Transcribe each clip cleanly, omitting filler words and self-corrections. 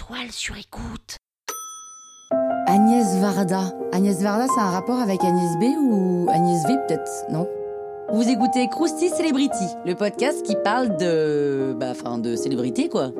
toile sur écoute. Agnès Varda. Agnès Varda, c'est un rapport avec Agnès B ou Agnès V peut-être, non? Vous écoutez Krusty Celebrity, le podcast qui parle de célébrité quoi.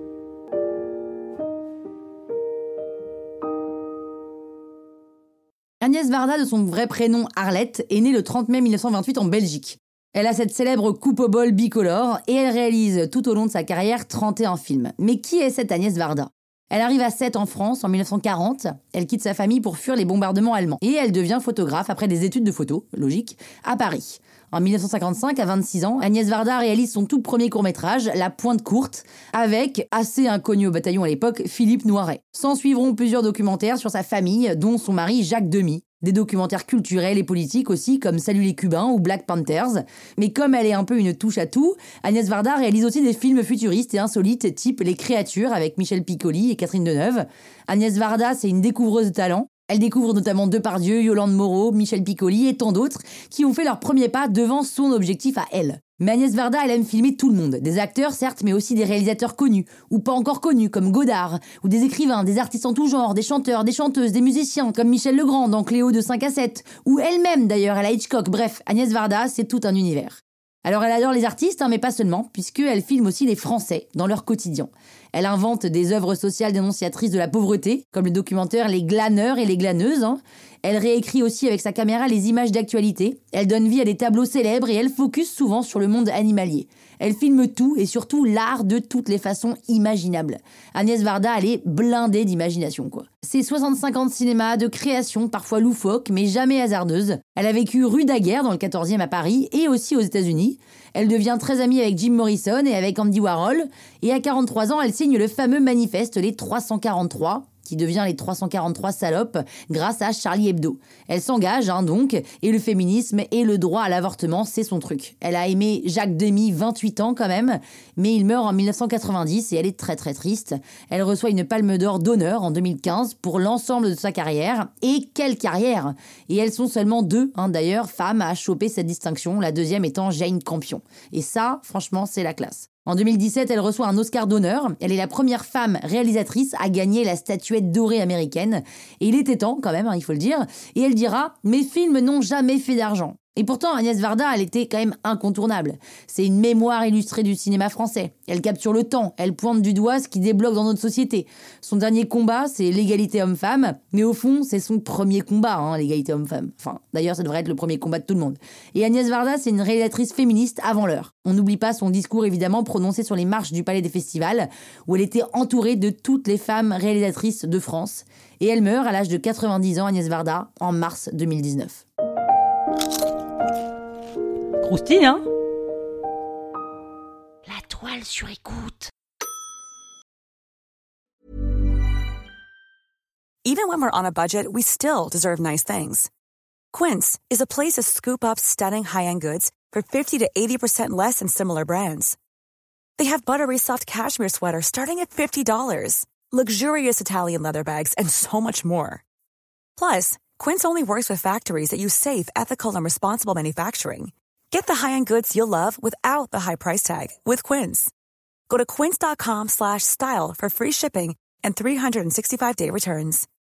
Agnès Varda, de son vrai prénom Arlette, est née le 30 mai 1928 en Belgique. Elle a cette célèbre coupe au bol bicolore et elle réalise tout au long de sa carrière 31 films. Mais qui est cette Agnès Varda ? Elle arrive à Sète en France en 1940, elle quitte sa famille pour fuir les bombardements allemands. Et elle devient photographe après des études de photo, logique, à Paris. En 1955, à 26 ans, Agnès Varda réalise son tout premier court-métrage, La Pointe Courte, avec, assez inconnu au bataillon à l'époque, Philippe Noiret. S'en suivront plusieurs documentaires sur sa famille, dont son mari Jacques Demy. Des documentaires culturels et politiques aussi, comme Salut les Cubains ou Black Panthers. Mais comme elle est un peu une touche à tout, Agnès Varda réalise aussi des films futuristes et insolites, type Les Créatures avec Michel Piccoli et Catherine Deneuve. Agnès Varda, c'est une découvreuse de talent. Elle découvre notamment Depardieu, Yolande Moreau, Michel Piccoli et tant d'autres qui ont fait leur premier pas devant son objectif à elle. Mais Agnès Varda, elle aime filmer tout le monde. Des acteurs, certes, mais aussi des réalisateurs connus, ou pas encore connus, comme Godard, ou des écrivains, des artistes en tout genre, des chanteurs, des chanteuses, des musiciens, comme Michel Legrand dans Cléo de 5 à 7, ou elle-même d'ailleurs, elle a Hitchcock. Bref, Agnès Varda, c'est tout un univers. Alors elle adore les artistes, mais pas seulement, puisqu'elle filme aussi les Français dans leur quotidien. Elle invente des œuvres sociales dénonciatrices de la pauvreté, comme le documentaire Les Glaneurs et les Glaneuses. Elle réécrit aussi avec sa caméra les images d'actualité. Elle donne vie à des tableaux célèbres et elle focus souvent sur le monde animalier. Elle filme tout et surtout l'art de toutes les façons imaginables. Agnès Varda, elle est blindée d'imagination, quoi. C'est 65 ans de cinéma, de création, parfois loufoque, mais jamais hasardeuse. Elle a vécu rue Daguerre, dans le 14e à Paris, et aussi aux États-Unis. Elle devient très amie avec Jim Morrison et avec Andy Warhol. Et à 43 ans, elle signe le fameux manifeste Les 343, qui devient les 343 salopes grâce à Charlie Hebdo. Elle s'engage donc, et le féminisme et le droit à l'avortement, c'est son truc. Elle a aimé Jacques Demy, 28 ans quand même, mais il meurt en 1990 et elle est très très triste. Elle reçoit une palme d'or d'honneur en 2015 pour l'ensemble de sa carrière. Et quelle carrière! Et elles sont seulement deux, d'ailleurs, femmes à choper cette distinction, la deuxième étant Jane Campion. Et ça, franchement, c'est la classe. En 2017, elle reçoit un Oscar d'honneur. Elle est la première femme réalisatrice à gagner la statuette dorée américaine. Et il était temps, quand même, il faut le dire. Et elle dira « Mes films n'ont jamais fait d'argent ». Et pourtant, Agnès Varda, elle était quand même incontournable. C'est une mémoire illustrée du cinéma français. Elle capture le temps, elle pointe du doigt ce qui débloque dans notre société. Son dernier combat, c'est l'égalité homme-femme, mais au fond, c'est son premier combat, l'égalité homme-femme. Enfin, d'ailleurs, ça devrait être le premier combat de tout le monde. Et Agnès Varda, c'est une réalisatrice féministe avant l'heure. On n'oublie pas son discours, évidemment, prononcé sur les marches du Palais des Festivals, où elle était entourée de toutes les femmes réalisatrices de France. Et elle meurt à l'âge de 90 ans, Agnès Varda, en mars 2019. Croustille, hein? La toile sur écoute. Even when we're on a budget, we still deserve nice things. Quince is a place to scoop up stunning high-end goods for 50 to 80% less than similar brands. They have buttery soft cashmere sweaters starting at $50, luxurious Italian leather bags, and so much more. Plus, Quince only works with factories that use safe, ethical, and responsible manufacturing. Get the high-end goods you'll love without the high price tag with Quince. Go to quince.com/style for free shipping and 365-day returns.